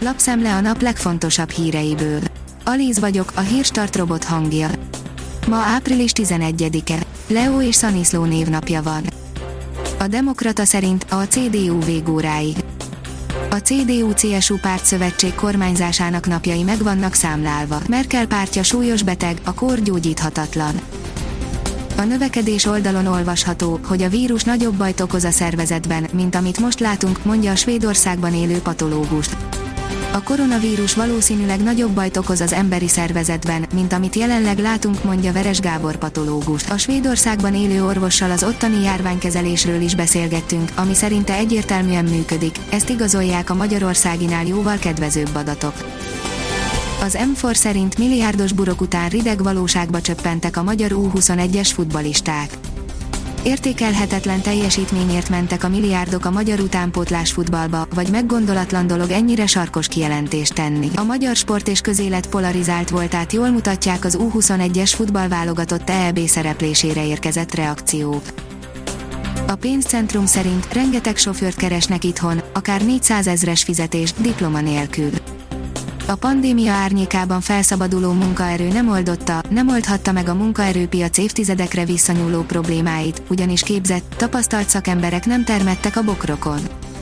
Lapszemle a nap legfontosabb híreiből. Alíz vagyok, a Hírstart robot hangja. Ma április 11-e. Leo és Szaniszló névnapja van. A Demokrata szerint a CDU végóráig. A CDU-CSU pártszövetség kormányzásának napjai meg vannak számlálva. Merkel pártja súlyos beteg, a kór gyógyíthatatlan. A növekedés oldalon olvasható, hogy a vírus nagyobb bajt okoz a szervezetben, mint amit most látunk, mondja a Svédországban élő patológus. A koronavírus valószínűleg nagyobb bajt okoz az emberi szervezetben, mint amit jelenleg látunk, mondja Veres Gábor patológus. A Svédországban élő orvossal az ottani járványkezelésről is beszélgettünk, ami szerinte egyértelműen működik, ezt igazolják a magyarországinál jóval kedvezőbb adatok. Az M4 szerint milliárdos burok után rideg valóságba csöppentek a magyar U21-es futballisták. Értékelhetetlen teljesítményért mentek a milliárdok a magyar utánpótlás futballba, vagy meggondolatlan dolog ennyire sarkos kijelentést tenni. A magyar sport és közélet polarizált voltát jól mutatják az U21-es futballválogatott EB szereplésére érkezett reakciók. A pénzcentrum szerint rengeteg sofőrt keresnek itthon, akár 400 000-es fizetés, diploma nélkül. A pandémia árnyékában felszabaduló munkaerő nem oldhatta meg a munkaerőpiac évtizedekre visszanyúló problémáit, ugyanis képzett, tapasztalt szakemberek nem termettek a bokrokon.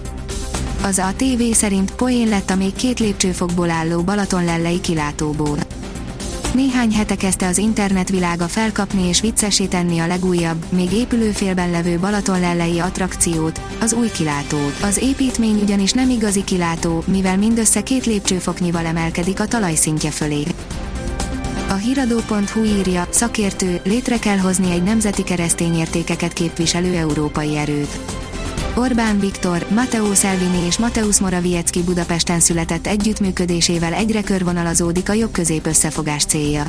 Az ATV szerint poén lett a még 2 lépcsőfokból álló Balatonlellei kilátóból. Néhány hete kezdte az internetvilága felkapni és viccessé tenni a legújabb, még épülőfélben levő Balatonlellei attrakciót, az új kilátót. Az építmény ugyanis nem igazi kilátó, mivel mindössze 2 lépcsőfoknyival emelkedik a talajszintje fölé. A Hiradó.hu írja, szakértő, létre kell hozni egy nemzeti keresztény értékeket képviselő európai erőt. Orbán Viktor, Matteo Salvini és Mateusz Morawiecki Budapesten született együttműködésével egyre körvonalazódik a jobb-közép összefogás célja.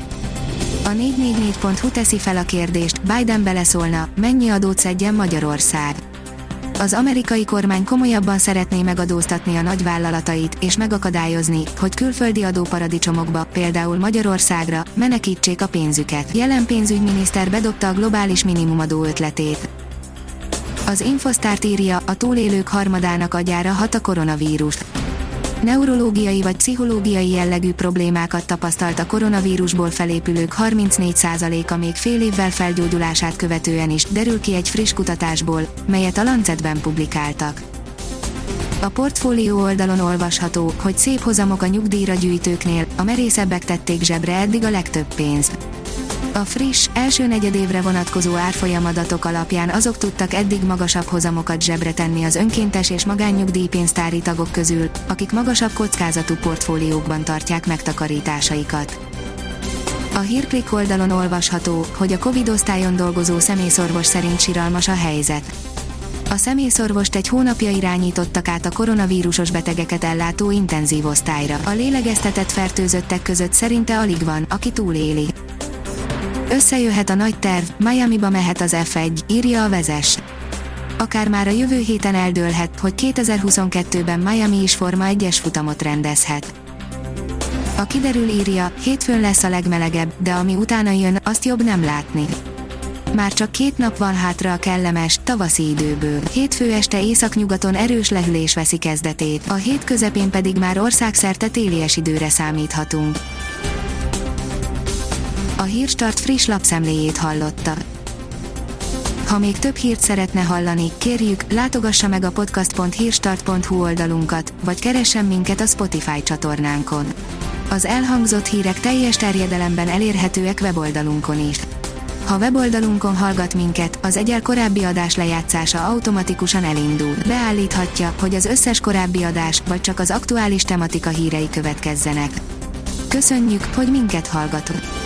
A 444.hu teszi fel a kérdést, Biden beleszólna, mennyi adót szedjen Magyarország. Az amerikai kormány komolyabban szeretné megadóztatni a nagyvállalatait, és megakadályozni, hogy külföldi adóparadicsomokba, például Magyarországra, menekítsék a pénzüket. Jelen pénzügyminiszter bedobta a globális minimumadó ötletét. Az Infosztárt írja, a túlélők harmadának agyára hat a koronavírus. Neurológiai vagy pszichológiai jellegű problémákat tapasztalt a koronavírusból felépülők 34%-a még fél évvel felgyógyulását követően is, derül ki egy friss kutatásból, melyet a Lancetben publikáltak. A portfólió oldalon olvasható, hogy szép hozamok a nyugdíjra gyűjtőknél, a merészebbek tették zsebre eddig a legtöbb pénzt. A friss, első negyedévre vonatkozó árfolyamadatok alapján azok tudtak eddig magasabb hozamokat zsebre tenni az önkéntes és magánnyugdíjpénztári tagok közül, akik magasabb kockázatú portfóliókban tartják megtakarításaikat. A Hírklik oldalon olvasható, hogy a Covid osztályon dolgozó személyszorvos szerint siralmas a helyzet. A személyszorvost egy hónapja irányítottak át a koronavírusos betegeket ellátó intenzív osztályra. A lélegeztetett fertőzöttek között szerinte alig van, aki túléli. Összejöhet a nagy terv, Miamiba mehet az F1, írja a Vezes. Akár már a jövő héten eldőlhet, hogy 2022-ben Miami is Forma 1-es futamot rendezhet. A Kiderül írja, hétfőn lesz a legmelegebb, de ami utána jön, azt jobb nem látni. Már csak 2 nap van hátra a kellemes, tavaszi időből. Hétfő este északnyugaton erős lehűlés veszi kezdetét, a hét közepén pedig már országszerte télies időre számíthatunk. A Hírstart friss lapszemléjét hallotta. Ha még több hírt szeretne hallani, kérjük, látogassa meg a podcast.hírstart.hu oldalunkat, vagy keressen minket a Spotify csatornánkon. Az elhangzott hírek teljes terjedelemben elérhetőek weboldalunkon is. Ha weboldalunkon hallgat minket, az egyel korábbi adás lejátszása automatikusan elindul. Beállíthatja, hogy az összes korábbi adás, vagy csak az aktuális tematika hírei következzenek. Köszönjük, hogy minket hallgatott!